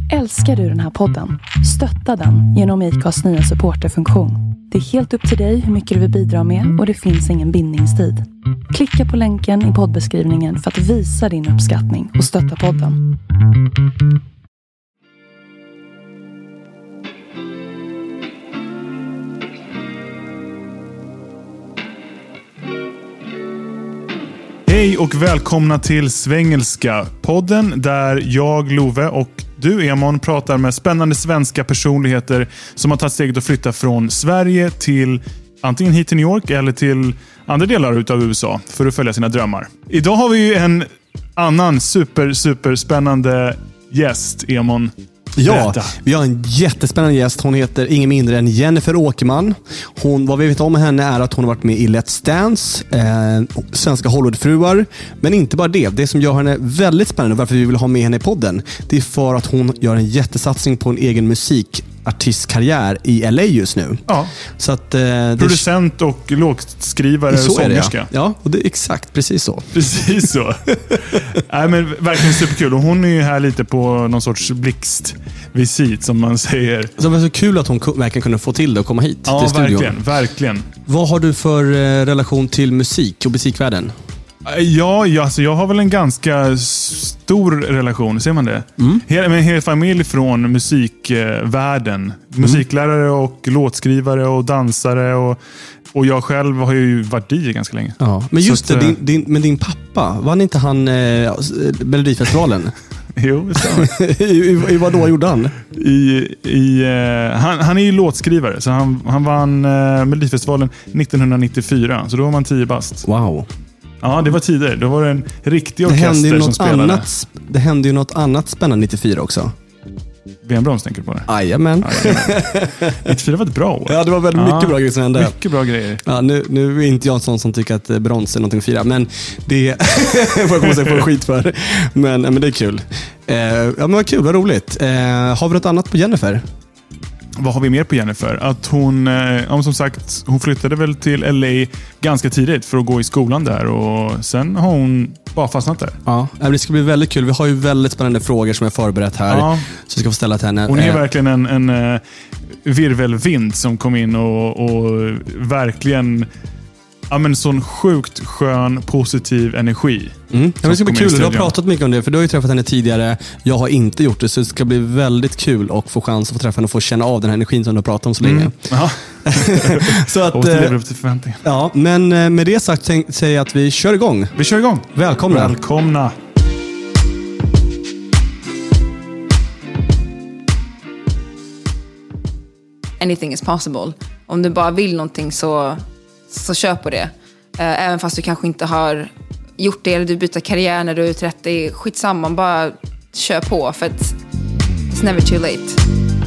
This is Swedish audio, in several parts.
Älskar du den här podden? Stötta den genom IKAs nya supporterfunktion. Det är helt upp till dig hur mycket du vill bidra med och det finns ingen bindningstid. Klicka på länken i poddbeskrivningen för att visa din uppskattning och stötta podden. Hej och välkomna till Svengelska, podden där jag, Love och du, Emon, pratar med spännande svenska personligheter som har tagit steget att flytta från Sverige till antingen hit till New York eller till andra delar utav USA för att följa sina drömmar. Idag har vi ju en annan super spännande gäst, Emon. Ja, vi har en jättespännande gäst. Hon heter ingen mindre än Jennifer Åkerman. Vad vi vet om henne är att hon har varit med i Let's Dance, svenska Hollywoodfruar. Men inte bara det. Det som gör henne väldigt spännande och varför vi vill ha med henne i podden, det är för att hon gör en jättesatsning på en egen musikartistkarriär i LA just nu. Ja. Så att, producent och låtskrivare och sångerska. Det. Ja, och det är exakt precis så. Precis så. Nej, men verkligen superkul. Och hon är ju här lite på någon sorts blixtvisit, som man säger. Så det var så kul att hon verkligen kunde få till det och komma hit till studion. Verkligen. Vad har du för relation till musik och musikvärlden? Ja, alltså jag har väl en ganska stor relation, ser man det? Hela familj från musikvärlden. Musiklärare och låtskrivare och dansare och jag själv har ju varit DJ ganska länge. Ja, men just så det, din pappa, vann inte han Melodifestivalen? Jo, I vad då gjorde han? Han är ju låtskrivare, så han vann Melodifestivalen 1994, så då var man 10 bast. Wow. Ja, det var tidigare. Då var det en riktig orkester som spelade. Det hände ju något annat spännande 94 också. VM-brons tänker du på det? Jajamän. 94 var ett bra år. Ja, det var väldigt mycket bra grejer som hände. Mycket bra grejer. Ja, nu är inte jag en sån som tycker att brons är någonting att fira, men det får jag komma sig på skit för. Men det är kul. Ja, men vad kul, vad roligt. Har vi något annat på Jennifer? Vad har vi mer på Jennifer? Att hon, som sagt, hon flyttade väl till LA ganska tidigt för att gå i skolan där och sen har hon bara fastnat där. Ja, det ska bli väldigt kul. Vi har ju väldigt spännande frågor som jag förberett här. Ja. Så jag ska få ställa till henne. Hon är verkligen en virvelvind som kom in och verkligen... Ja, men sån sjukt skön, positiv energi. Det ska bli kul. Du har pratat mycket om det, för du har ju träffat henne tidigare. Jag har inte gjort det, så det ska bli väldigt kul att få chans att få träffa henne och få känna av den här energin som du har pratat om så länge. Så att, och lever upp till förväntningar. Ja, men med det sagt säger jag att vi kör igång. Vi kör igång. Välkomna. Anything is possible. Om du bara vill någonting så kör på det. Även fast du kanske inte har gjort det eller du byter karriär när du är 30. Skitsamma, bara kör på för att it's never too late.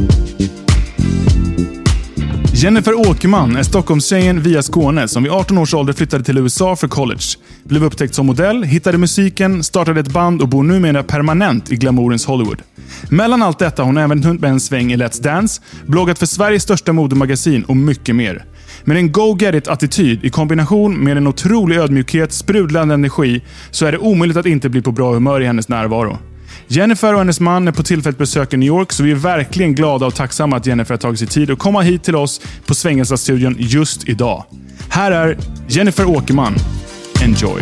Jennifer Åkerman är Stockholmstjejen via Skåne som vid 18 års ålder flyttade till USA för college. Blev upptäckt som modell, hittade musiken, startade ett band och bor numera permanent i glamourens Hollywood. Mellan allt detta har hon även hunnit med en sväng i Let's Dance, bloggat för Sveriges största modemagasin och mycket mer. Med en go-get-it-attityd i kombination med en otrolig ödmjukhet, sprudlande energi, så är det omöjligt att inte bli på bra humör i hennes närvaro. Jennifer och hennes man är på tillfälligt besök i New York, så vi är verkligen glada och tacksamma att Jennifer har tagit sig tid att komma hit till oss på Svengelska-studion just idag. Här är Jennifer Åkerman. Enjoy!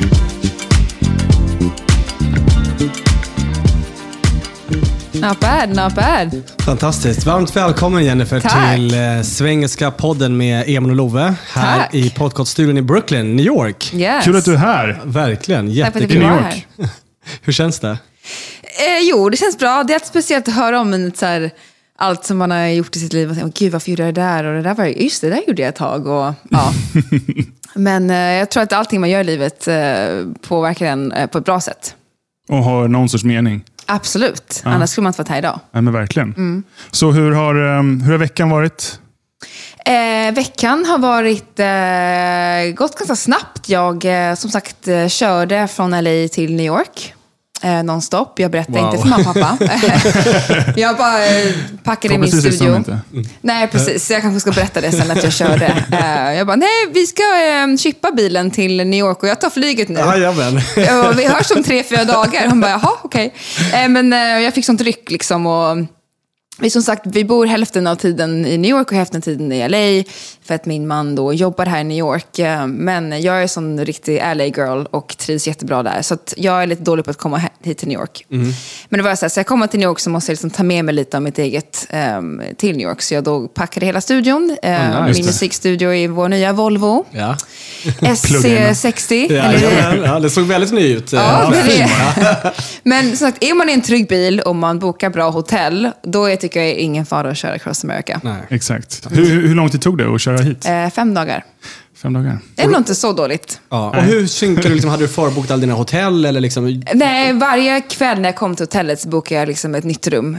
Not bad. Fantastiskt. Varmt välkommen Jennifer. Tack. Till Svengelska podden med Emon och Love här Tack. i podcaststudion i Brooklyn, New York. Yes. Kul att du är här. Verkligen, jättekul. New York. Hur känns det? Jo, det känns bra. Det är speciellt att höra om allt som man har gjort i sitt liv. Och gud, varför gjorde jag det där? Och det där var just det där gjorde jag ett tag. Och, ja. Men jag tror att allting man gör i livet påverkar en på ett bra sätt. Och har någon sorts mening. Absolut. Ja. Annars skulle man inte varit här idag. Ja, men verkligen. Så hur har veckan varit? Veckan har gått ganska snabbt. Jag som sagt körde från LA till New York. nonstop. Jag berättade inte för mamma och pappa. Jag bara packade i min studio. Nej, precis. Jag kanske ska berätta det sen att jag körde. Jag bara, nej, vi ska chippa bilen till New York och jag tar flyget nu. Vi hörs om 3-4 dagar. Hon bara, jaha, okej. Men jag fick sånt ryck liksom och som sagt, vi bor hälften av tiden i New York och hälften av tiden i LA för att min man då jobbar här i New York. Men jag är sån riktig LA-girl och trivs jättebra där. Så att jag är lite dålig på att komma hit till New York. Men det var så jag kommer till New York så måste jag liksom ta med mig lite av mitt eget till New York. Så jag då packade hela studion. Min musikstudio i vår nya Volvo. Ja. SC60. Ja, det såg väldigt ny ut. Ja, men som sagt, är man i en trygg bil och man bokar bra hotell, då tycker jag ingen fara att köra Cross America. Nej. Exakt. Hur lång tid tog det att köra hit? 5 dagar. 5 dagar. Det är nog inte så dåligt. Ja. Och hur synkade du? Liksom, hade du förbokat alla dina hotell? Eller liksom... Nej, varje kväll när jag kom till hotellet så bokade jag liksom ett nytt rum.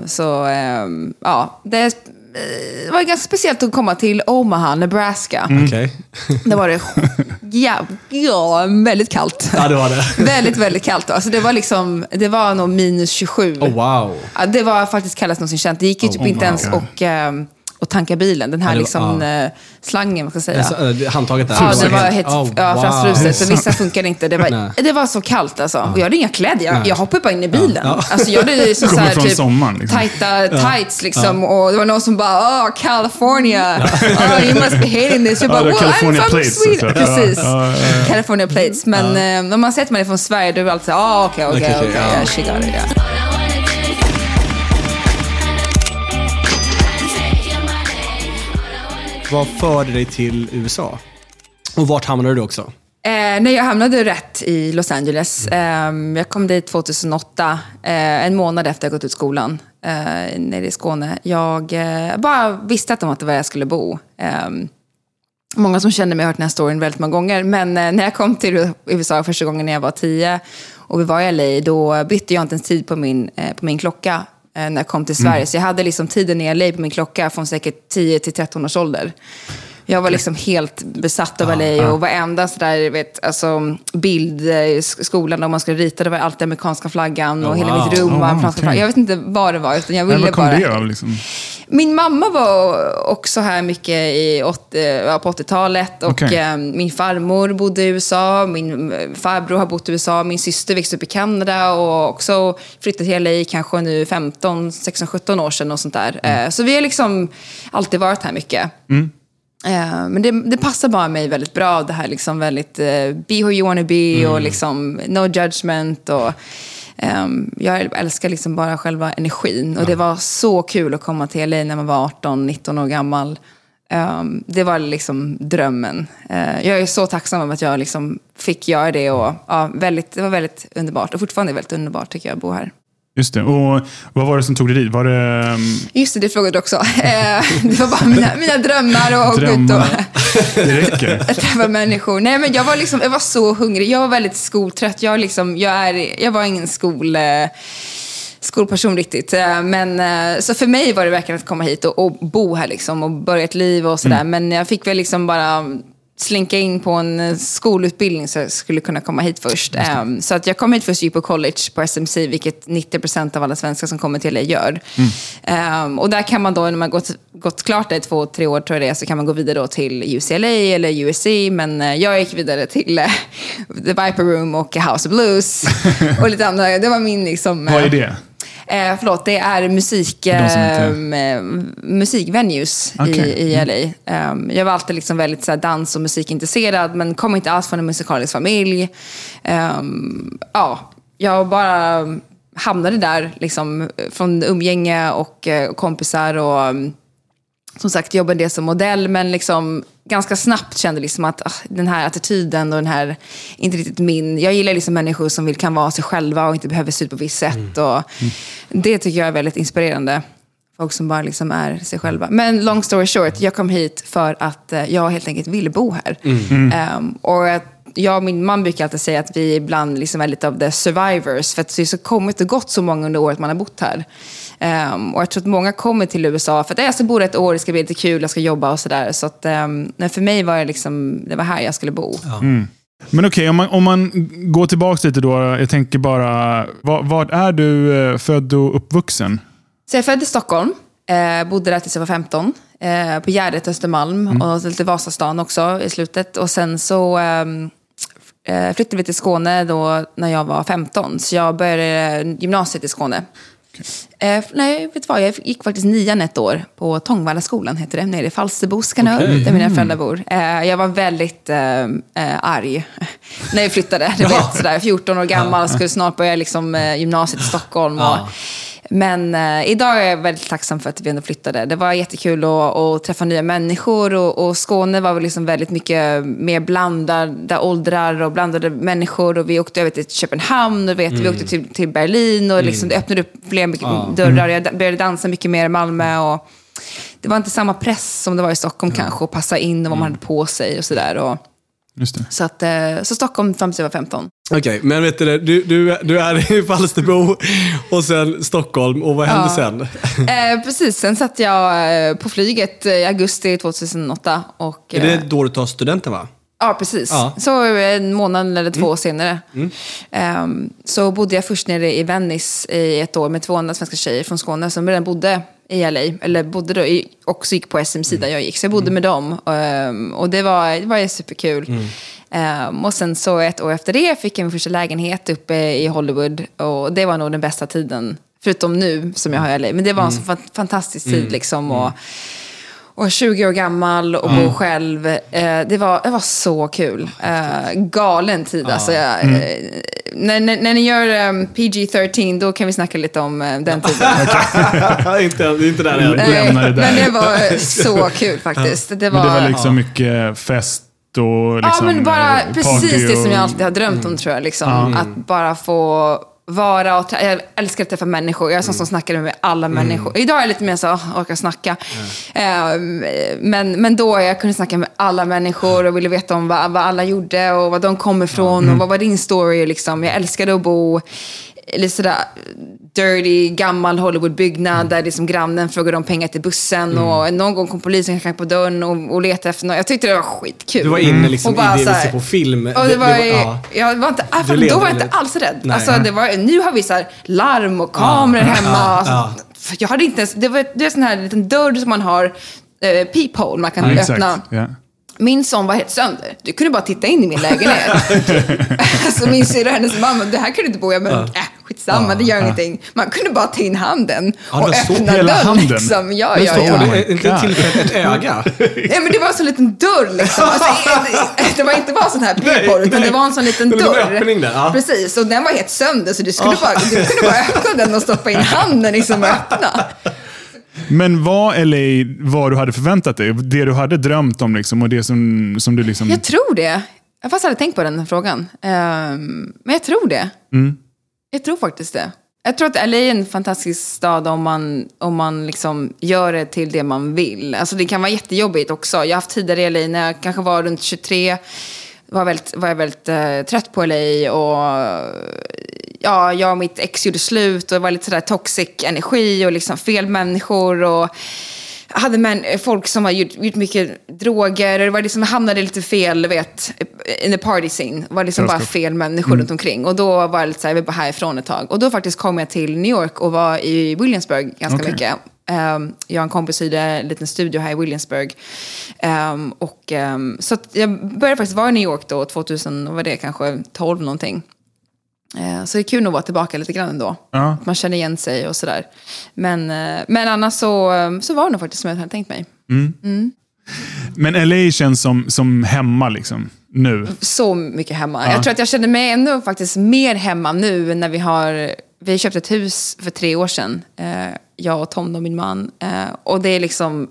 Det var ganska speciellt att komma till Omaha, Nebraska. Okej. Det var det väldigt kallt. Ja, det var det. Väldigt, väldigt kallt. Alltså det var nog minus 27. Oh, wow. Ja, det var faktiskt kallast någonsin känt. Det gick ju typ inte ens och tanka bilen. Den här slangen, man ska säga. Handtaget där. Ja, det var helt fransruset. Så vissa funkade inte. Det var så kallt alltså. Och jag hade inga kläder. Jag hoppade bara in i bilen. Alltså jag hade så här från typ sommaren, liksom. tajta tights liksom. Och det var någon som bara, California. You must be hating this. Jag bara, California I'm from plates, Sweden. alltså. Precis. California plates. Men om man sett man är från Sverige, då är det alltid okej. She got it, yeah. Vad förde dig till USA? Och vart hamnade du också? Nej, jag hamnade rätt i Los Angeles. Jag kom dit 2008, en månad efter jag gått ut skolan nere i Skåne. Jag bara visste att det var jag skulle bo. Många som känner mig har hört den här storyn väldigt många gånger. Men när jag kom till USA första gången när jag var 10 och vi var i LA, då bytte jag inte ens tid på min klocka när jag kom till Sverige. Så jag hade liksom tiden i LA på min klocka från säkert 10 till 13 års ålder. Jag var liksom helt besatt av LA och varenda sådär, bild i skolan om man skulle rita, det var alltid amerikanska flaggan och hela mitt rum var franska flaggan. Jag vet inte vad det var, utan jag ville bara... Det av, liksom? Min mamma var också här mycket på 80-talet och min farmor bodde i USA, min farbror har bott i USA, min syster växte upp i Kanada och också flyttat till LA kanske nu 15, 16, 17 år sedan och sånt där. Så vi har liksom alltid varit här mycket. Men det passar bara mig väldigt bra. Det här liksom väldigt be who you wanna be och liksom no judgment och jag älskar liksom bara själva energin och det var så kul att komma till LA när man var 18-19 år gammal. Det var liksom drömmen. Jag är så tacksam över att jag liksom fick göra det och det var väldigt underbart och fortfarande väldigt underbart tycker jag att bo här. Just det. Och vad var det som tog dig dit? Var det... Just det frågade du också. Det var bara mina drömmar och det räcker. Träffa människor. Nej, men jag var så hungrig. Jag var väldigt skoltrött. Jag var ingen skolperson riktigt. Men så för mig var det verkligen att komma hit och bo här liksom och börja ett liv och sådär. Men jag fick väl liksom bara slinka in på en skolutbildning så jag skulle kunna komma hit först. Så att jag kom hit först på college på SMC, vilket 90% av alla svenskar som kommer till LA gör. Och där kan man då, när man gått klart där 2-3 år tror jag det är, så kan man gå vidare då till UCLA eller USC. Men jag gick vidare till The Viper Room och House of Blues och lite andra. Det var min liksom... Vad är det? Det är musikvenues i LA. Jag var alltid liksom väldigt så här, dans- och musikintresserad, men kom inte alls från en musikalisk familj. Jag bara hamnade där liksom, från umgänge och kompisar och som sagt jobbade det som modell, men liksom ganska snabbt kände liksom att den här attityden och den här, inte riktigt jag gillar liksom människor som kan vara sig själva och inte behöver se ut på visst sätt och det tycker jag är väldigt inspirerande. Folk som bara liksom är sig själva. Men long story short, jag kom hit för att jag helt enkelt ville bo här. Och jag och min man brukar alltid säga att vi ibland liksom är lite av the survivors, för att det är så kommit och gått så många under året man har bott här. Och jag tror att många kommer till USA för att jag ska bo ett år, det ska bli lite kul, jag ska jobba och sådär. Så att för mig var det liksom, det var här jag skulle bo. Men okej, om man går tillbaka lite då, jag tänker bara, var är du född och uppvuxen? Så jag är född i Stockholm, bodde där tills jag var 15, på Gärdet, Östermalm och lite Vasastan också i slutet. Och sen så flyttade vi till Skåne då när jag var 15, så jag började gymnasiet i Skåne. Nej, vet du vad? Jag gick faktiskt 9 ett år på Tångvallaskolan, heter det, nere i Falsterbo Skanör, där mina föräldrar bor. Jag var väldigt arg när jag flyttade. Du vet, sådär, 14 år gammal, skulle snart börja liksom, gymnasiet i Stockholm. Men idag är jag väldigt tacksam för att vi ändå flyttade. Det var jättekul att träffa nya människor. Och Skåne var väl liksom väldigt mycket mer blandade åldrar och blandade människor. Och vi åkte över till Köpenhamn och vi åkte till Berlin. Och liksom, det öppnade upp fler dörrar. Jag började dansa mycket mer i Malmö. Och det var inte samma press som det var i Stockholm kanske. Att passa in och vad man hade på sig och sådär. Just det. Så Stockholm fram till jag var 15. Okej, men vet du är i Falsterbo och sen Stockholm. Och vad hände sen? Precis, sen satt jag på flyget i augusti 2008. Och, är det då du tar studenten, va? Ja, precis. Ja. Så en månad eller 2 senare. Så bodde jag först nere i Venice i ett år med 2 andra svenska tjejer från Skåne som redan bodde i LA. Eller bodde då också gick på SMC där jag gick. Så jag bodde med dem. Och det var superkul. Och sen så ett år efter det fick jag min första lägenhet uppe i Hollywood. Och det var nog den bästa tiden. Förutom nu som jag har i LA. Men det var en så fantastisk tid liksom. Och 20 år gammal och bo själv. Det var så kul. Galen tid. Alltså, när ni gör PG-13, då kan vi snacka lite om den tiden. inte där än. Men det var så kul faktiskt. Men det var liksom mycket fest och liksom, ja, men bara precis det som jag alltid har drömt om, tror jag. Liksom. Att bara få vara och jag älskar att träffa människor. Jag är sån som snackar med alla människor. Idag är jag lite mer så orkar snacka. Men då jag kunde snacka med alla människor och ville veta om vad alla gjorde och vad de kommer ifrån och vad var din story liksom. Jag älskade att bo lite sådär dirty, gammal Hollywood-byggnad där liksom grannen frågade om pengar till bussen och någon gång kom polisen kanske på dörren och letade efter något. Jag tyckte det var skitkul. Du var inne liksom i det vi ser på film. Och jag var inte, då var jag inte alls rädd. Nej, alltså, nu har vi så här larm och kameror hemma. Alltså, jag hade inte ens, det är sån här liten dörr som man har peephole man kan öppna. Yeah. Min son var helt sönder. Du kunde bara titta in i min lägenhet. Så min syrra och hennes mamma, det här kunde inte bo. Jag men skitsamma, det gör ingenting. Man kunde bara ta in handen och öppna dörren. Liksom. Ja. Inte tillfälligt ett öga. Nej, men det var en sån liten dörr liksom. Alltså, det var inte bara sån här peephole, utan det var en sån liten dörr. Där, precis, och den var helt sönder. Så du kunde bara öppna den och stoppa in handen liksom, och öppna. Men vad du hade förväntat dig? Det du hade drömt om liksom, och det som du liksom... Jag tror det. Jag fast hade tänkt på den här frågan. Men jag tror det. Jag tror faktiskt det. Jag tror att LA är en fantastisk stad om man liksom gör det till det man vill. Alltså det kan vara jättejobbigt också. Jag har haft tidigare i LA när jag kanske var runt 23. Var jag väldigt trött på LA och... Ja, jag och mitt ex gjorde slut och det var lite sådär toxic energi och liksom fel människor och hade folk som har gjort mycket droger och det var liksom, hamnade lite fel, vet, in the party scene. Det var liksom bara fel människor runt omkring och då var det lite såhär, jag var bara härifrån ett tag och då faktiskt kom jag till New York och var i Williamsburg ganska mycket. Jag har en kompis i en liten studio här i Williamsburg. Så att jag började faktiskt vara i New York då 2000, vad var det, kanske 12 någonting. Så det är kul att vara tillbaka lite grann ändå. Att man känner igen sig och sådär. Men annars så var det nog faktiskt som jag hade tänkt mig. Men LA känns som hemma liksom, nu. Så mycket hemma. Jag tror att jag känner mig ändå faktiskt mer hemma nu när vi köpte ett hus för 3 år sedan. Jag och Tom och min man. Och det är liksom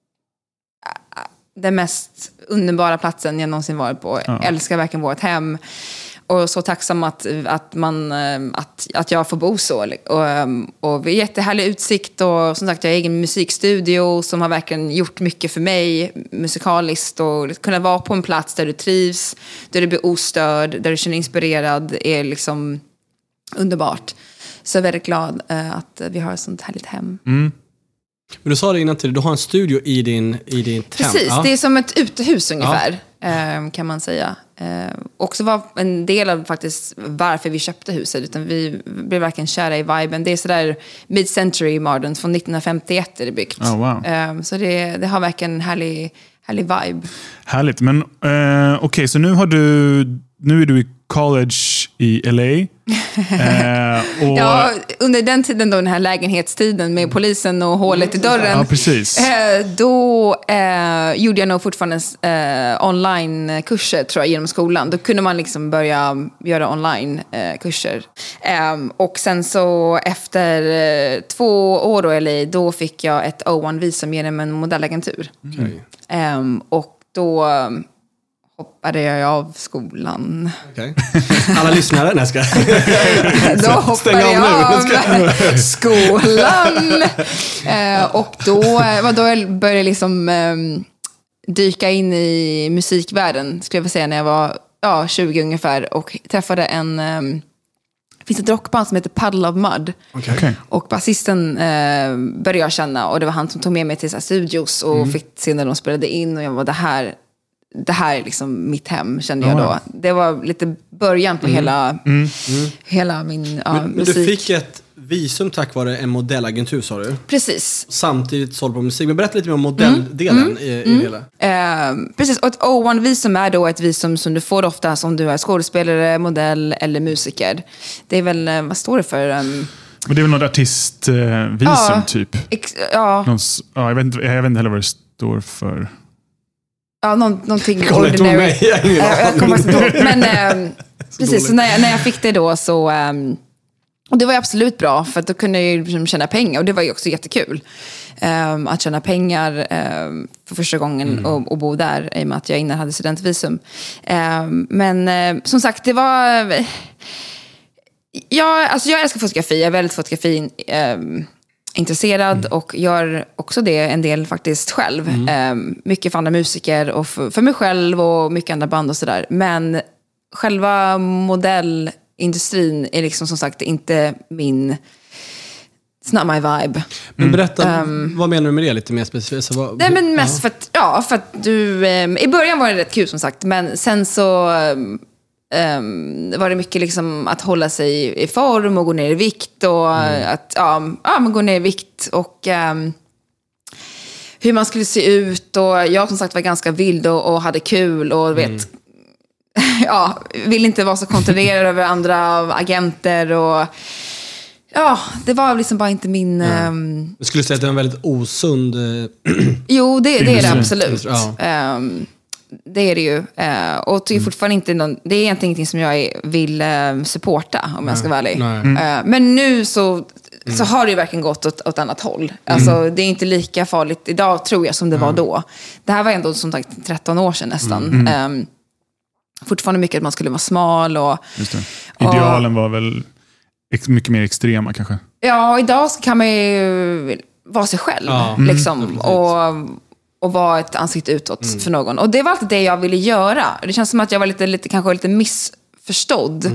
den mest underbara platsen jag någonsin varit på. Jag älskar verkligen vårt hem. Och så tacksam att jag får bo så. Och vi har jättehärlig utsikt. Och som sagt, jag har egen musikstudio som har verkligen gjort mycket för mig musikaliskt. Och kunna vara på en plats där du trivs, där du blir ostörd, där du känner inspirerad är liksom underbart. Så jag är väldigt glad att vi har ett sånt härligt hem. Men du sa det innan till, du har en studio i din Precis, det är som ett utehus ungefär, kan man säga. Också var en del av faktiskt varför vi köpte huset, utan vi blev verkligen kära i viben. Det är sådär mid-century modern, från 1951 är det byggt. Så det har verkligen en härlig vibe. Härligt, men okej, så nu har du nu är du i college i LA. Och Ja, under den tiden då, den här lägenhetstiden med polisen och hålet i dörren. Ja, precis. Då gjorde jag nog fortfarande online-kurser, tror jag, genom skolan. Då kunde man liksom börja göra online-kurser. Och sen så efter 2 år då, eller då fick jag ett O1-visum genom en modellagentur. Och då hoppade jag av skolan. Okay. Alla lyssnare? Nej, ska då hoppade jag av skolan. Och då började jag liksom dyka in i musikvärlden, skulle jag vilja säga, när jag var 20 ungefär. Och träffade det finns ett rockband som heter Puddle of Mud. Okay. Och basisten började jag känna. Och det var han som tog med mig till så här studios. Och fick se när de spelade in. Och jag var det här är liksom mitt hem, kände jag då. Det var lite början på hela min men musik. du fick ett visum tack vare en modellagentur, sa du? Precis. Samtidigt såld på musik. Men berätta lite mer om modelldelen i det hela. Precis, och ett O1-visum är då ett visum som du får ofta som du är skådespelare, modell eller musiker. Det är väl, vad står det för? Men det är väl något artistvisum typ? Jag vet inte heller vad det står för. Ja, någonting ordinary. Jag kommer inte ihåg. Men precis, så när jag fick det då så... och det var absolut bra, för att då kunde jag ju tjäna pengar. Och det var ju också jättekul. Att tjäna pengar för första gången och bo där, i och med att jag innan hade studentvisum. Men som sagt, det var... jag älskar fotografi. Jag är väldigt fotografi-intresserad och gör också det en del faktiskt själv. Mycket för andra musiker och för mig själv och mycket andra band och sådär. Men själva modellindustrin är liksom, som sagt, inte min... It's not my vibe. Men berätta, vad menar du med det lite mer specifikt? Nej, men mest för att du... I början var det rätt kul, som sagt. Men sen så... var det mycket liksom att hålla sig i form och gå ner i vikt och att gå ner i vikt och hur man skulle se ut, och jag som sagt var ganska vild och hade kul och vet vill inte vara så kontrollerad över andra agenter, och det var liksom bara inte min... Jag skulle säga att det är en väldigt osund... Jo, det är det absolut. Det är det ju. Och det är fortfarande inte det är egentligen ingenting som jag vill supporta, om jag ska vara ärlig. Men nu så har det ju verkligen gått åt annat håll. Alltså, det är inte lika farligt idag, tror jag, som det var då. Det här var ändå, som sagt, 13 år sedan nästan. Fortfarande mycket att man skulle vara smal. Just det. Idealen var väl mycket mer extrema kanske. Ja, idag så kan man ju vara sig själv. Liksom. Och vara ett ansikte utåt för någon. Och det var alltid det jag ville göra. Det känns som att jag var kanske lite missförstådd.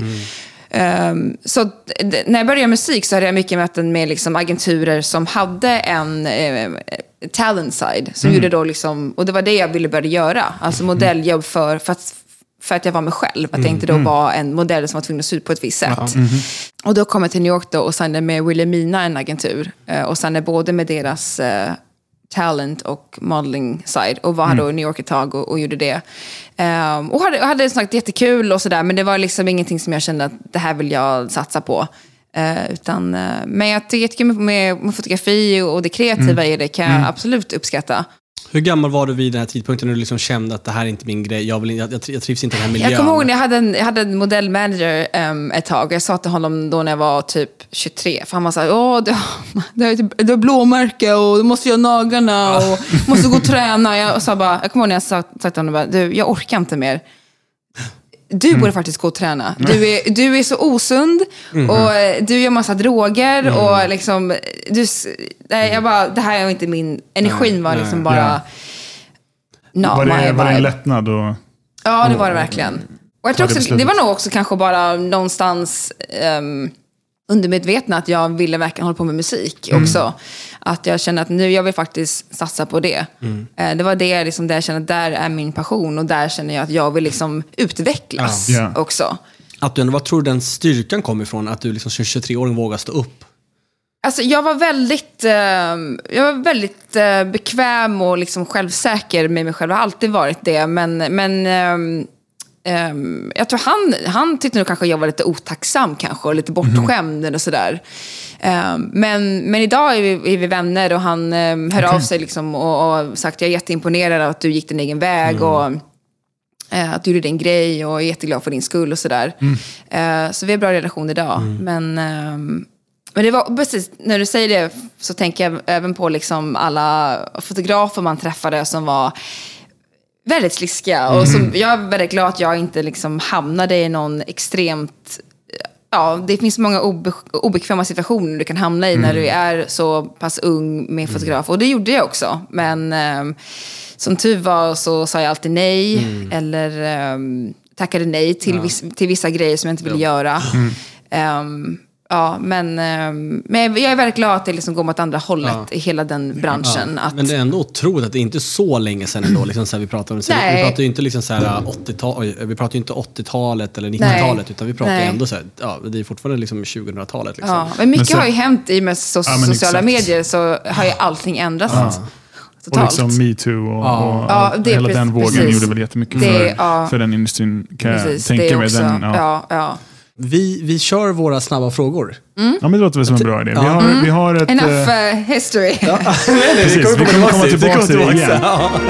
Så när jag började musik så hade jag mycket möten med liksom agenturer som hade en talent side. Som gjorde då liksom, och det var det jag ville börja göra. Alltså modelljobb för att jag var mig själv. Att jag inte då var en modell som var tvungen att se ut på ett visst sätt. Och då kom jag till New York då och signade med Wilhelmina, en agentur. Och signade både med deras... talent och modeling side, och var då i New York ett tag och gjorde det. Och hade sagt jättekul och sådär, men det var liksom ingenting som jag kände att det här vill jag satsa på. Men jag tycker jättekul med fotografi och det kreativa i det kan jag absolut uppskatta. Hur gammal var du vid den här tidpunkten när du liksom kände att det här är inte min grej? Jag trivs inte i den här miljön. Jag kommer ihåg när jag hade en modellmanager ett tag. Jag sa till honom då när jag var typ 23. För han var såhär, du har blåmärke och du måste göra naglarna och måste gå och träna. Jag kommer ihåg när jag sa till honom, jag orkar inte mer. Du borde faktiskt gå och träna. Du är så osund och du gör massa droger och liksom det här är inte min energin var liksom bara var det en lättnad och... Ja, det var det verkligen. Och jag tror också, det var nog också kanske bara någonstans undermedvetna att jag ville verkligen hålla på med musik också. Att jag kände att nu jag vill faktiskt satsa på det. Det var det liksom, där jag kände att där är min passion, och där känner jag att jag vill liksom utvecklas också. Att du, vad tror du den styrkan kom ifrån, att du liksom 23-åring vågar stå upp? Alltså jag var väldigt bekväm och liksom självsäker med mig själv. Jag har alltid varit det, men jag tror han tyckte nog kanske jag var lite otacksam kanske och lite bortskämd eller sådär. Men idag är vi vänner och han hör av sig liksom och sagt jag är jätteimponerad av att du gick din egen väg och att du gjorde din grej och är jätteglad för din skull och sådär. Så vi har bra relation idag. Men det var precis, när du säger det så tänker jag även på liksom alla fotografer man träffade som var väldigt sliskiga. Och som, jag är väldigt glad att jag inte liksom hamnade i någon extremt... Ja, det finns många obekväma situationer du kan hamna i när du är så pass ung med fotograf. Och det gjorde jag också. Men som tur var så sa jag alltid nej. Eller tackade nej till vissa grejer som jag inte ville göra. Ja, men jag är väldigt glad att det liksom går mot andra hållet i hela den branschen. Att... Men det är ändå otroligt att det är inte så länge sedan ändå. Liksom så här, vi pratar ju inte liksom så här 80-tal, vi pratar ju inte 80-talet eller 90-talet, utan vi pratar ändå så här, det är fortfarande liksom 2000-talet. Liksom. Ja, men mycket har ju hänt i med sociala medier, så har ju allting ändrats. Totalt. Och liksom MeToo och hela den vågen gjorde väl jättemycket för den industrin, kan jag tänka mig. Vi kör våra snabba frågor. Ja, men det låter väl som en bra idé. Vi har ett... Enough history. Precis, vi kommer komma tillbaka till det igen.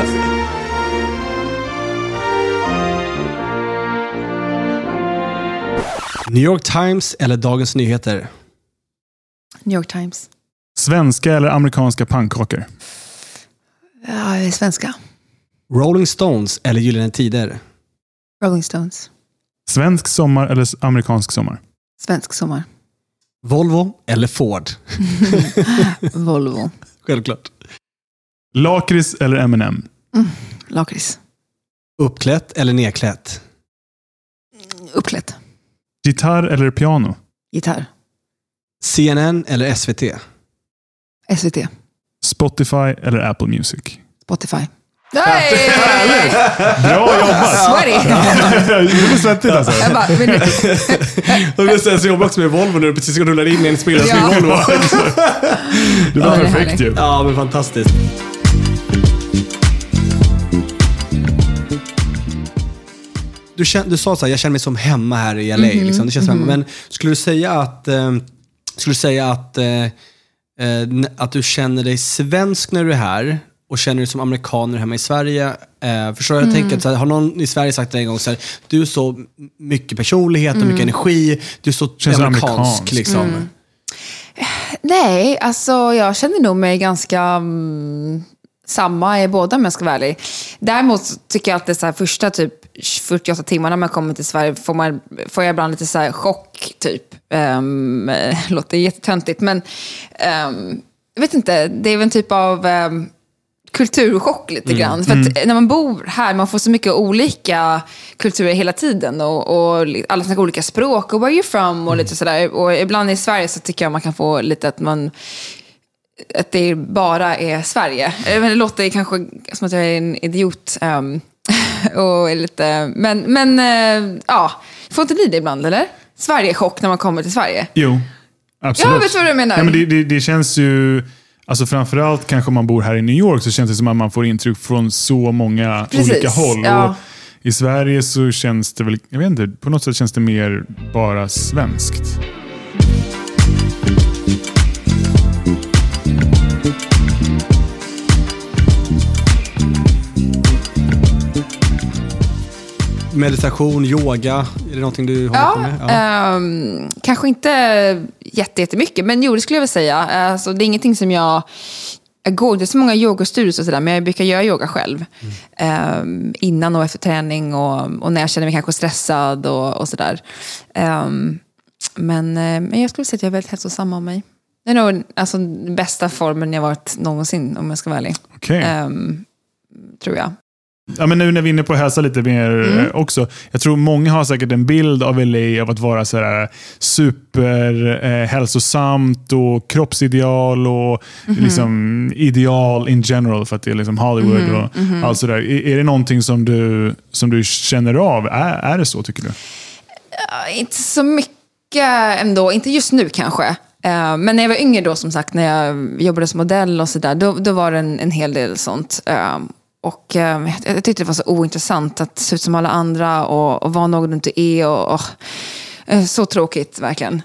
New York Times eller Dagens Nyheter? New York Times. Svenska eller amerikanska pannkakor? Ja, svenska. Rolling Stones eller Gyllene Tider? Rolling Stones. Svensk sommar eller amerikansk sommar? Svensk sommar. Volvo eller Ford? Volvo. Självklart. Lakrits eller M&M? Lakrits. Uppklätt eller nedklätt? Uppklätt. Gitarr eller piano? Gitarr. CNN eller SVT? SVT. Spotify eller Apple Music? Spotify. Nej! Bra jobbat! Sweaty. Det är svettigt alltså. Jag bara, jag vill säga så jobbar också med Volvo när du precis ska rulla in i en spelare med Volvo. Det var perfekt ju. Ja, men fantastiskt. Du sa så här, jag känner mig som hemma här i LA. Liksom. Det känns hemma. Men skulle du säga att du känner dig svensk när du är här och känner dig som amerikaner hemma i Sverige? Förstår jag tänker att så här, har någon i Sverige sagt en gång så här, du är så mycket personlighet och mycket energi, du är så amerikansk liksom. Nej, alltså jag känner nog mig ganska samma i båda, om jag ska vara ärlig. Däremot tycker jag att det så här, första typ 48 timmar när man kommer till Sverige får jag ibland lite så här chock typ. Låter jättetöntigt, men jag vet inte, det är väl en typ av kulturchock lite grann. För att när man bor här, man får så mycket olika kulturer hela tiden och alla snackar olika språk och where you from och lite sådär. Och ibland i Sverige så tycker jag man kan få lite att det bara är Sverige. Det låter kanske som att jag är en idiot och lite, men ja, får inte ni det ibland, eller? Sverige-chock när man kommer till Sverige. Jo, absolut. Jag vet vad du menar. Ja, men det känns ju, alltså framförallt kanske om man bor här i New York så känns det som att man får intryck från så många olika håll. Ja. Och i Sverige så känns det väl, jag vet inte, på något sätt känns det mer bara svenskt. Meditation, yoga, är det någonting du håller på med? Ja. Kanske inte jättemycket, men det skulle jag väl säga. Alltså, det är ingenting som jag går, det är så många yogastudios och sådär, men jag brukar göra yoga själv. Innan och efter träning och när jag känner mig kanske stressad och sådär. Men jag skulle säga att jag är väldigt hälsosam av mig. Det är nog alltså, den bästa formen jag varit någonsin, om jag ska vara ärlig. Okay. Tror jag. Ja, men nu när vi är inne på att hälsa lite mer också. Jag tror många har säkert en bild av LA av att vara så här super hälsosamt och kroppsideal och liksom ideal in general för att det är liksom Hollywood och allt sådär. Är det någonting som du känner av? Är det så, tycker du? Inte så mycket ändå. Inte just nu kanske. Men när jag var yngre då, som sagt, när jag jobbade som modell och sådär, då var det en hel del sånt. Och jag tyckte det var så ointressant att se ut som alla andra och vara någon du inte är. Och så tråkigt, verkligen.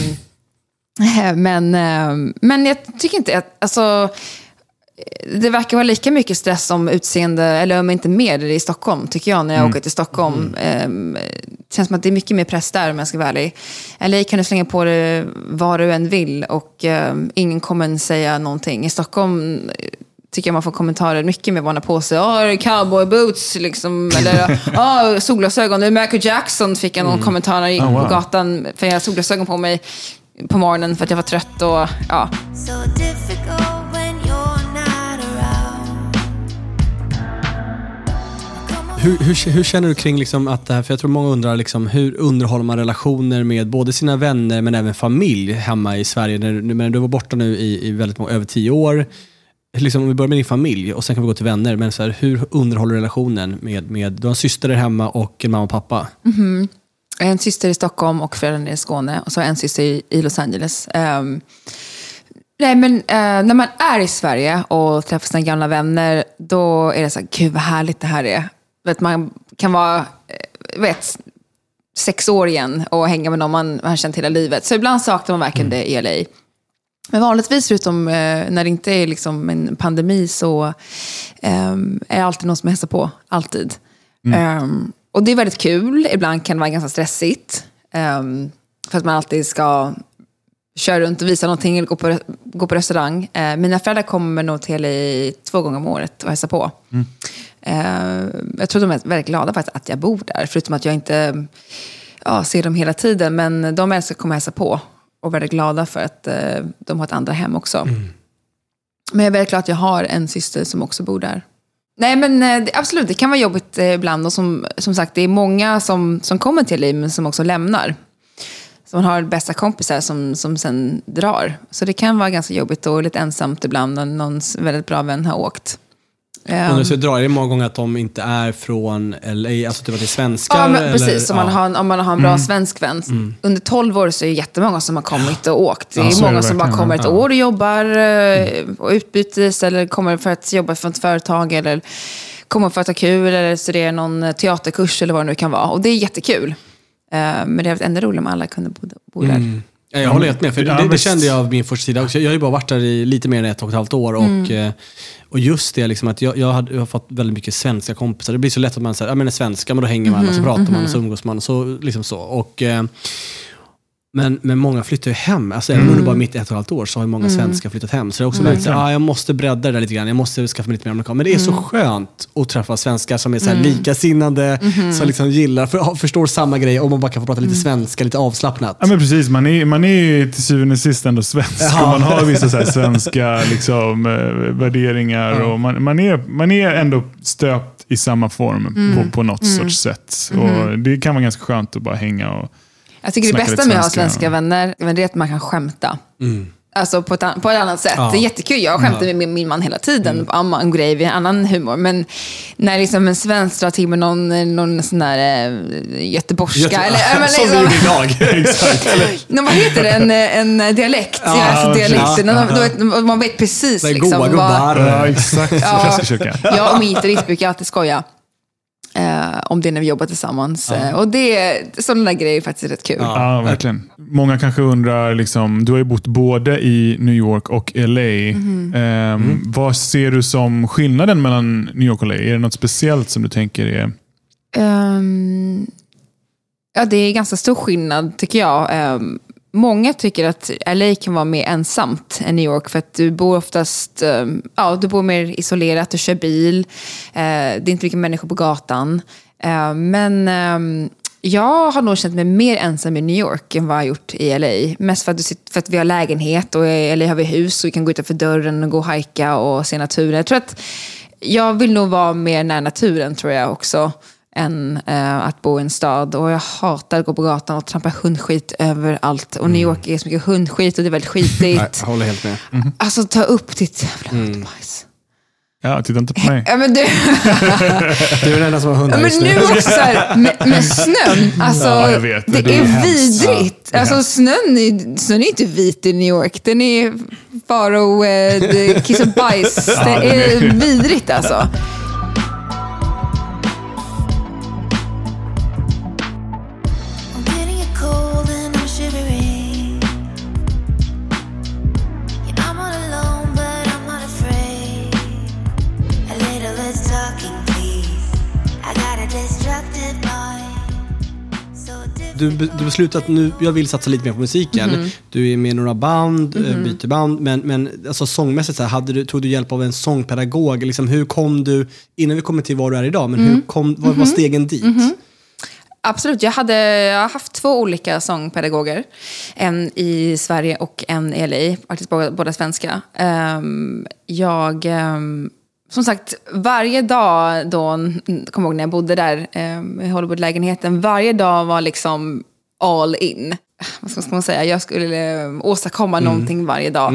Men jag tycker inte att... Alltså, det verkar vara lika mycket stress som utseende, eller om inte mer i Stockholm, tycker jag, när jag åker till Stockholm. Det känns som att det är mycket mer press där, om jag ska vara ärlig. Eller kan du slänga på det vad du än vill och ingen kommer säga någonting. I Stockholm tycker jag man får kommentarer mycket med vad man har på sig. Cowboy boots, liksom. Eller solglasögon. Nu Michael Jackson fick jag någon kommentar när jag gick på gatan, för jag hade solglasögon på mig på morgonen för att jag var trött. Och, ja. Hur känner du kring liksom att det här, för jag tror många undrar liksom, hur underhåller man relationer med både sina vänner men även familj hemma i Sverige när du var borta nu i väldigt många, över 10 år. Liksom, om vi börjar med din familj och sen kan vi gå till vänner, men så här, hur underhåller relationen med du har en syster där hemma och en mamma och pappa? En syster i Stockholm och föräldrarna i Skåne, och så en syster i Los Angeles. Nej, men när man är i Sverige och träffar sina gamla vänner, då är det så här, gud vad härligt det här är. Vet, man kan vara 6 år igen och hänga med någon man har känt hela livet. Så ibland saknar man verkligen det i LA. Men vanligtvis, förutom när det inte är liksom en pandemi, så är alltid någon som hälsar på. Alltid. Och det är väldigt kul. Ibland kan det vara ganska stressigt. För att man alltid ska köra runt och visa någonting eller gå på restaurang. Mina föräldrar kommer nog till LA 2 gånger om året och hälsar på. Jag tror de är väldigt glada för att jag bor där. Förutom att jag inte ser dem hela tiden. Men de älskar att komma och hälsa på. Och väldigt glada för att de har ett andra hem också. Men jag är väldigt glad att jag har en syster som också bor där. Nej, men absolut, det kan vara jobbigt ibland. Och som sagt, det är många som kommer till LA men som också lämnar. Så man har bästa kompisar som sen drar. Så det kan vara ganska jobbigt och lite ensamt ibland när någon väldigt bra vän har åkt. Och nu så drar det många gånger att de inte är från LA, alltså typ att det är svenskar. Ja, men precis. Om man har en bra svensk vän. Under 12 år så är det jättemånga som har kommit och åkt. Det är många som bara kommer ett år och jobbar och utbytes, eller kommer för att jobba för ett företag, eller kommer för att ha kul, eller studera någon teaterkurs eller vad det nu kan vara. Och det är jättekul. Men det är ännu roligare om alla kunde bo där. Jag håller helt med, för det kände jag av min första sida också. Jag har ju bara varit där i lite mer än 1,5 år. Och just det liksom, att jag har fått väldigt mycket svenska kompisar. Det blir så lätt att man säger, men är svenska, men då hänger man och så pratar man och så umgås man och så, liksom så. Och, men många flyttar ju hem. Alltså även om det bara är mitt 1,5 år så har ju många svenskar flyttat hem. Så det är också väldigt jag måste bredda det där lite grann. Jag måste skaffa mig lite mer amerikan. Men det är så skönt att träffa svenskar som är så här likasinnade, som liksom gillar, förstår samma grej, och man bara kan få prata lite svenska, lite avslappnat. Ja, men precis. Man är till syvende och sist ändå svensk. Och man har vissa så här svenska liksom, värderingar. Och man är ändå stöpt i samma form på något sorts sätt. Och det kan vara ganska skönt att bara hänga och jag tycker det bästa med att ha svenska vänner är att man kan skämta. Alltså på ett annat sätt. Det är jättekul. Jag skämtar med min man hela tiden. En grej, vi har annan humor. Men när liksom en svensk drar till med någon sån där göteborgska. Som vi gjorde idag. Exakt. Vad heter det? En dialekt. Man vet precis. Det goda gubbar. Ja, exakt. Jag och min gitarrist brukar alltid skoja. Om det när vi jobbar tillsammans. Och sådana där grejer är faktiskt rätt kul. Ja, verkligen. Många kanske undrar, liksom, du har ju bott både i New York och LA. Vad ser du som skillnaden mellan New York och LA? Är det något speciellt som du tänker är? Ja, det är ganska stor skillnad tycker jag. Många tycker att LA kan vara mer ensamt än New York, för att du bor oftast du bor mer isolerat, du kör bil, det är inte mycket människor på gatan, men jag har nog känt mig mer ensam i New York än vad jag har gjort i LA, mest för att vi har lägenhet, och i LA har vi hus och vi kan gå utanför dörren och gå och hajka och se naturen. Jag tror att jag vill nog vara mer nära naturen, tror jag också, än att bo i en stad. Och jag hatar att gå på gatan och trampa hundskit överallt. Och New York är så mycket hundskit och det är väldigt skitigt. Jag håller helt med. Alltså ta upp ditt jävla hundbajs. Ja, titta inte på mig. Ja, men du är den enda som har hundar. Men nu också så här, med snön. Alltså, jag vet. Det är vidrigt. Ja, alltså snön är inte vit i New York. Den är kiss och bajs. Det är vidrigt alltså. du beslutat att nu, jag vill satsa lite mer på musiken. Du är med i några band, byter band, men alltså sångmässigt så här, tog du hjälp av en sångpedagog? Liksom, hur kom du, innan vi kommer till var du är idag, men vad var stegen dit? Absolut, jag har haft 2 olika sångpedagoger. En i Sverige och en i LA, faktiskt båda svenska. Som sagt, varje dag då, kommer ihåg när jag bodde där i Hollywood-lägenheten, varje dag var liksom all in. Vad ska man säga? Jag skulle åstadkomma någonting varje dag.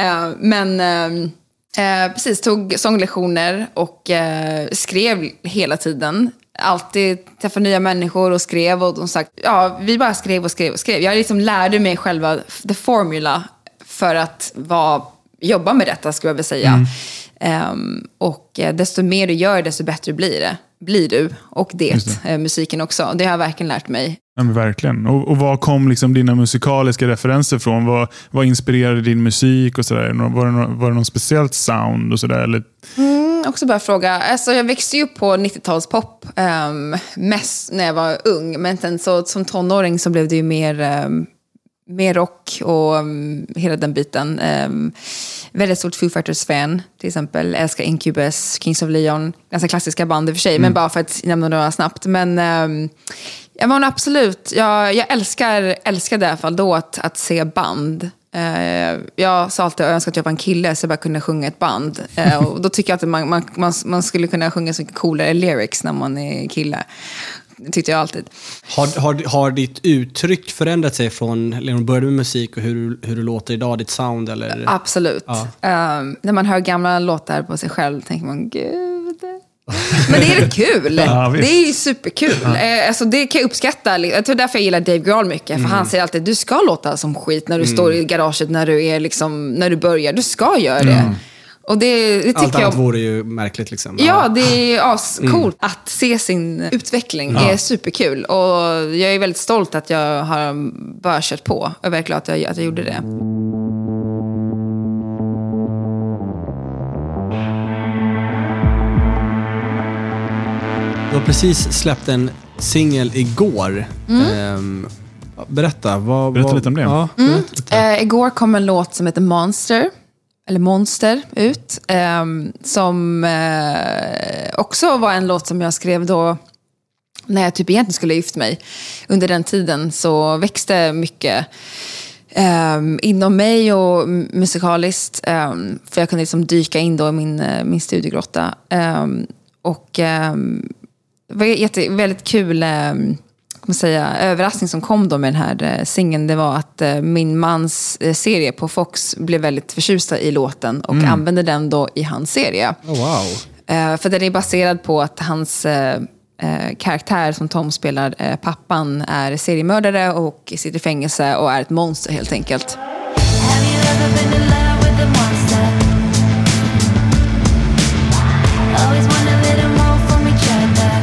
Precis, tog sånglektioner och skrev hela tiden. Alltid träffa nya människor och skrev, och de sagt, vi bara skrev. Jag liksom lärde mig själva the formula för att jobba med detta, skulle jag vilja säga. Och desto mer du gör, desto bättre blir du. Och musiken också. Det har jag verkligen lärt mig. Ja, men verkligen. Och vad kom liksom dina musikaliska referenser från? Vad inspirerade din musik och sådär? Var det någon speciellt sound och sådär? Eller? Också bara fråga. Alltså, jag växte ju upp på 90-talspop mest när jag var ung. Men sen så, som tonåring så blev det ju mer rock och hela den biten. Väldigt stort Foo Fighters-fan, till exempel. Älskar Incubus, Kings of Leon. Ganska klassiska band i och för sig, men bara för att nämna några snabbt. Men jag var absolut... Jag älskade i alla fall då att se band. Jag sa alltid att jag önskade att jag var en kille så jag bara kunde sjunga ett band. Och då tycker jag att man skulle kunna sjunga så mycket coolare lyrics när man är kille. Det tyckte jag alltid. Har ditt uttryck förändrat sig från när du började med musik och hur du låter idag, ditt sound? Eller? Absolut. Ja. När man hör gamla låtar på sig själv tänker man, gud. Men det är rätt kul. Det är superkul. Alltså, det kan jag uppskatta. Jag tror därför jag gillar Dave Grohl mycket. För han säger alltid, du ska låta som skit när du står i garaget, när du börjar. Du ska göra det. Och det tycker allt annat vore ju märkligt liksom. Ja, det är ascoolt att se sin utveckling. Det är superkul. Och jag är väldigt stolt att jag har bara kört på. Jag är väldigt glad att jag gjorde det. Du har precis släppt en singel igår. Berätta lite om det. Ja, igår kom en låt som heter Monster ut. Som också var en låt som jag skrev då när jag typ egentligen skulle gifta mig. Under den tiden så växte mycket inom mig och musikaliskt. För jag kunde liksom dyka in då i min studiegrotta. Det var väldigt kul överraskning som kom då med den här singeln. Det var att min mans serie på Fox blev väldigt förtjusta i låten och använde den då i hans serie. Oh, wow. För den är baserad på att hans karaktär som Tom spelar, pappan, är seriemördare och sitter i fängelse och är ett monster helt enkelt. Have you ever been in love with a monster? Always want a little more from each other.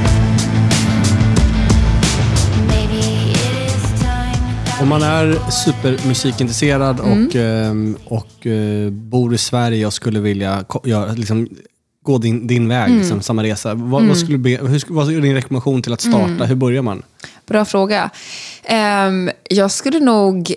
Maybe it is time. Om man är supermusikintresserad och bor i Sverige och skulle vilja gå din väg, liksom, samma resa. Vad är din rekommendation till att starta? Hur börjar man? Bra fråga. Jag skulle nog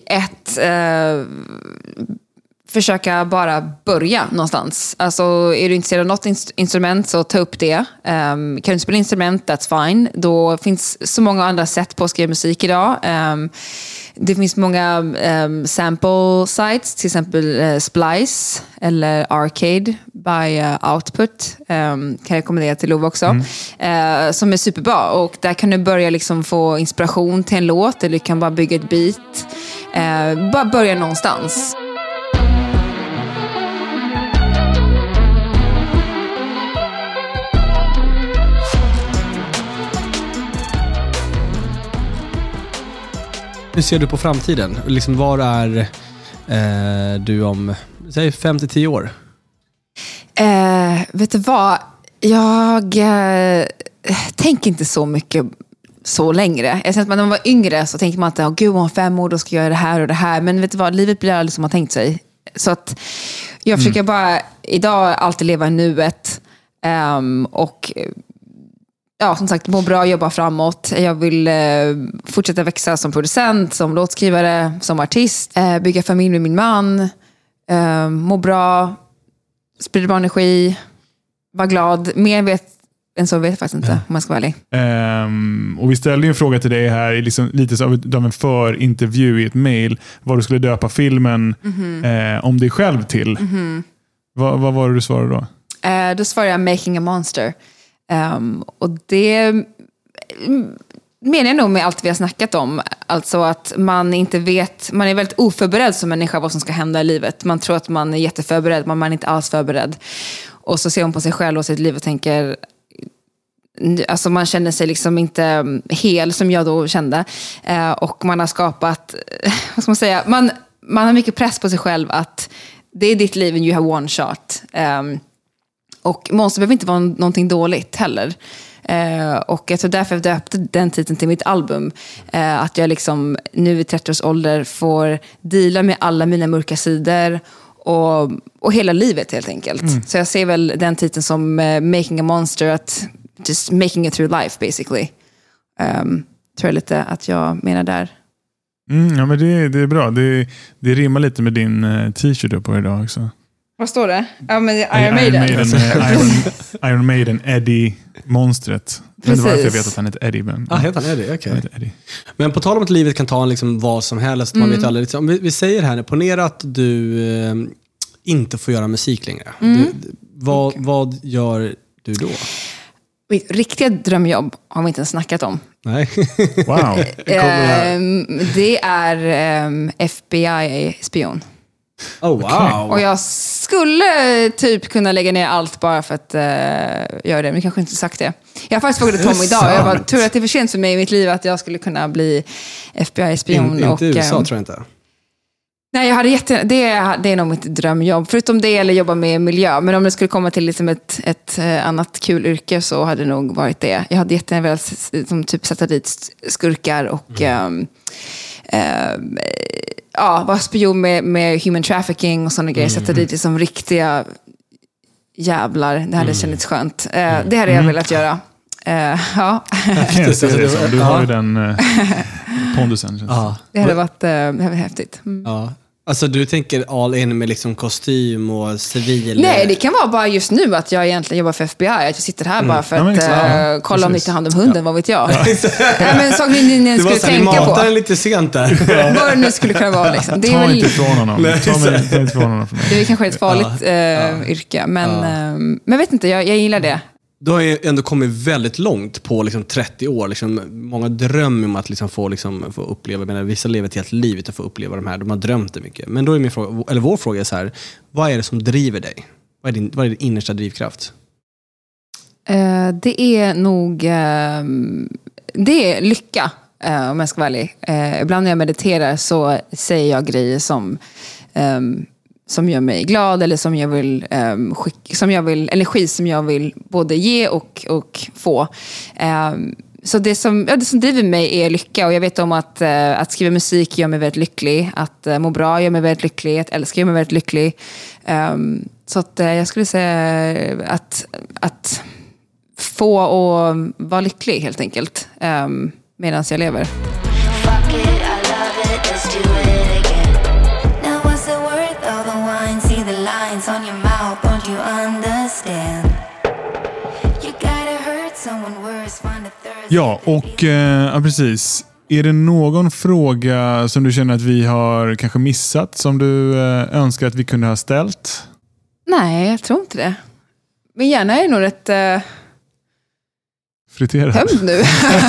försöka bara börja någonstans. Alltså, är du intresserad av något instrument så ta upp det. Kan du inte spela instrument, that's fine. Då finns så många andra sätt på att skriva musik idag. Det finns många sample sites, till exempel Splice eller Arcade by Output. Kan jag rekommendera till Love också. Som är superbra. Och där kan du börja liksom få inspiration till en låt, eller du kan bara bygga ett beat. Bara börja någonstans. Hur ser du på framtiden? Liksom, var är du om, säg 5-10 år? Vet du vad? Jag tänker inte så mycket så längre. Jag känner att när man var yngre så tänkte man att gud, om 5 år då ska jag göra det här och det här. Men vet du vad? Livet blir aldrig som man tänkt sig. Så att jag försöker bara idag alltid leva i nuet. Och som sagt, må bra, jobba framåt. Jag vill fortsätta växa som producent, som låtskrivare, som artist. Bygga familj med min man. Må bra. Sprida bra energi. Var glad. Mer än så vet jag faktiskt inte, om man ska vara ärlig. Och vi ställde ju en fråga till dig här, liksom, lite av en förintervju i ett mejl. Vad du skulle döpa filmen om dig själv till. Vad var det du svarade då? Då svarade jag Making a Monster. Och det menar jag nog med allt vi har snackat om. Alltså att man inte vet, man är väldigt oförberedd som människa vad som ska hända i livet. Man tror att man är jätteförberedd, men man är inte alls förberedd. Och så ser man på sig själv och sitt liv och tänker, alltså man känner sig liksom inte hel som jag då kände. Och man har skapat, vad ska man säga, man har mycket press på sig själv att det är ditt liv and you have one shot. Och monster behöver inte vara någonting dåligt heller. Och jag tror därför jag döpte den titeln till mitt album. Att jag liksom nu i 30 års ålder får deala med alla mina mörka sidor och hela livet helt enkelt. Så jag ser väl den titeln som Making a Monster, att just making it through life basically. Tror jag lite att jag menar där. Ja, men det är bra. Det rimmar lite med din t-shirt på idag också. Vad står det? Ja, men Iron Maiden. Iron Maiden, Eddie monstret. Jag vet inte varför jag vet att han heter Eddie. Men, heter han Eddie? Okej. Eddie. Men på tal om att livet kan ta liksom vad som helst. Man vet aldrig, liksom, vi säger här, ponera att du inte får göra musik längre. Vad gör du då? Mitt riktiga drömjobb har vi inte ens snackat om. Nej. Wow. Det är FBI-spion. Oh, wow. Okay. Och jag skulle typ kunna lägga ner allt bara för att göra det. Men kanske inte sagt det. Jag har faktiskt frågat Tom idag. Jag var tur att det är för sent för mig i mitt liv att jag skulle kunna bli FBI-spion. Inte i USA tror jag inte. Nej, jag hade det är nog mitt drömjobb. Förutom det, eller jobba med miljö. Men om det skulle komma till liksom ett annat kul yrke så hade det nog varit det. Jag hade jättegärna velat som typ sätta dit skurkar och vara spion med human trafficking och sådana grejer. Sätta dit det som riktiga jävlar. Det hade känts skönt. Det hade jag velat göra. Ja. Du har ju den pondusen. Det hade varit häftigt. Ja. Alltså du tänker all in med liksom kostym och civil... Nej, det kan vara bara just nu att jag egentligen jobbar för FBI. Att jag sitter här bara för att kolla om ni tar hand om hunden, vad vet jag. Men sak ni skulle tänka på. Det var lite sent där. Vad det nu skulle kunna vara. Liksom. Det är ta väl, inte ifrån honom. Det är kanske ett farligt yrke. Men jag vet inte, jag gillar det. Du har ju ändå kommit väldigt långt på liksom 30 år. Liksom, många drömmer om att liksom få uppleva, men vissa lever ett helt livet att få uppleva de här. De har drömt det mycket. Men då är min fråga, eller vår fråga är så här, vad är det som driver dig? Vad är din innersta drivkraft? Det är nog det är lycka, om jag ska vara ärlig. Ibland när jag mediterar så säger jag grejer som gör mig glad, eller som jag vill energi som jag vill både ge och få. Så det som driver mig är lycka, och jag vet om att skriva musik gör mig väldigt lycklig, att må bra gör mig väldigt lycklig, att älska gör mig väldigt lycklig. Så att jag skulle säga att få och vara lycklig helt enkelt medan jag lever. Fuck it, I love it, let's do it again. Now what's it worth, all the wine, see the lines on your mouth, don't you understand? You gotta hurt someone worse, find a third. Ja, och precis. Är det någon fråga som du känner att vi har kanske missat, som du önskar att vi kunde ha ställt? Nej, jag tror inte det. Men gärna är nog rätt friterat. tömd nu.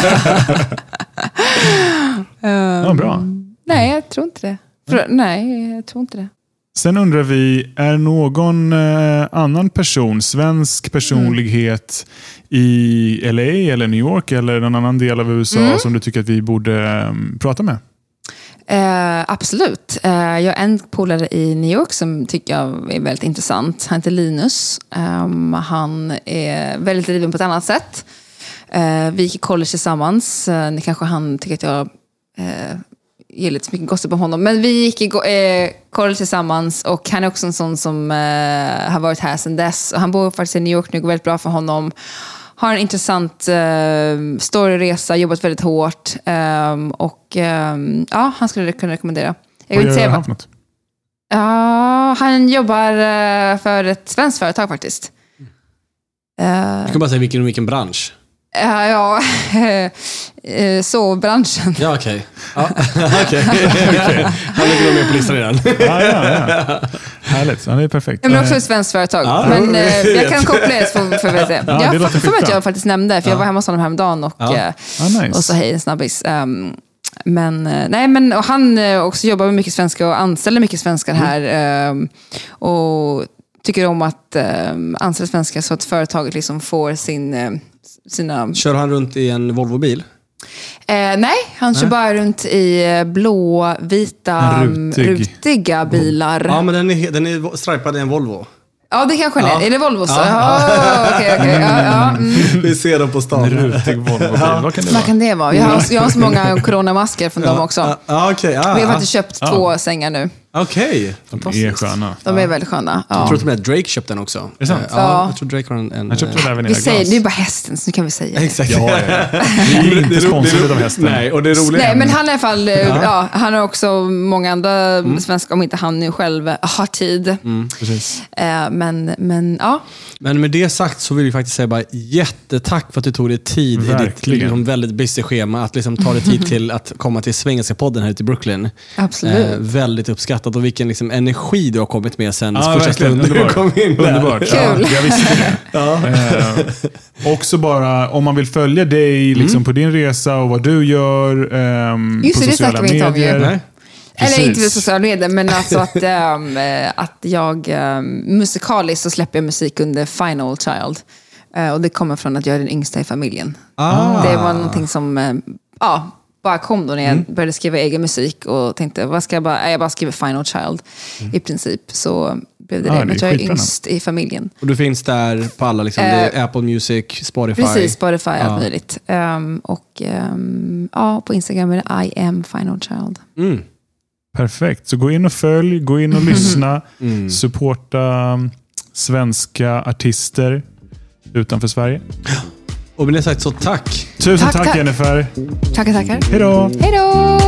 Ja, bra. Nej, jag tror inte det. Nej, jag tror inte det. Sen undrar vi, är någon annan person, svensk personlighet i LA eller New York eller någon annan del av USA som du tycker att vi borde prata med? Absolut. Jag har en polare i New York som tycker jag är väldigt intressant. Han heter Linus. Han är väldigt driven på ett annat sätt. Vi gick i college tillsammans. Kanske han tycker att jag ger lite så mycket gossip om honom. Men vi gick i college tillsammans, och han är också en sån som har varit här sedan dess. Och han bor faktiskt i New York nu, går väldigt bra för honom. har en intressant storyresa, jobbat väldigt hårt. Och han skulle kunna rekommendera. Vad gör han för något? Ja, han jobbar för ett svenskt företag faktiskt. Du kan bara säga vilken bransch. Sovbranschen. Ja, okej. Ja, okej. Han ligger nog med på listan redan. Ja. Härligt, det är perfekt. Men också ett svenskt företag. Ja, men jag kan koppla det för att se. Ja, Jag för att jag faktiskt nämnde, för jag var hemma hos honom häromdagen och, nice. och så hej, en snabbis. Och han också jobbar med mycket svenskar och anställer mycket svenskar här. Och tycker om att anställa svenskar så att företaget liksom får sina... Kör han runt i en Volvo-bil? Nej, han kör bara runt i blå-vita rutiga bilar. Ja, men den är stripad i en Volvo. Ja, det kanske är det Volvo så? Okej. Vi ser dem på stan. Rutig Volvo-bil. Vad kan det vara? Jag har så många coronamasker från dem också. Vi har faktiskt köpt 2 sängar nu. Okej. De är sköna. De är väldigt sköna. Jag tror att Drake köpte den också. Är det sant? Ja, jag tror Drake har en... Jag köpte den även i vi säger, det är bara hästen, så nu kan vi säga det. Exakt. Ja. Vi är inte sponsrade av hästen. Nej, och det är roligt. Nej, men han i alla fall, han har också många andra svenskar, om inte han nu själv har tid. Precis. Men ja. Men med det sagt så vill jag faktiskt säga bara jättetack för att du tog dig tid i ditt liksom väldigt busy schema att liksom ta dig tid till att komma till Svengelska podden här ute i Brooklyn. Absolut. Väldigt uppskattat, och vilken liksom energi du har kommit med sen första stunden du kom in där. Underbart. Kul. Jag visste det. Också bara, om man vill följa dig liksom på din resa och vad du gör just på sociala medier. Eller inte på sociala medier, men alltså att jag musikaliskt så släpper jag musik under Final Child. Och det kommer från att jag är den yngsta i familjen. Det var någonting som bara kom då när jag började skriva egen musik och tänkte, jag bara skriver Final Child i princip. Så blev det men jag är yngst i familjen. Och du finns där på alla, liksom, det är Apple Music, Spotify. Precis, Spotify, allt möjligt. På Instagram är det I am Final Child. Perfekt, så gå in och följ, gå in och lyssna, supporta svenska artister utanför Sverige. Och med det sagt så tack. Tusen tack Jennifer. Tackar. Hej då.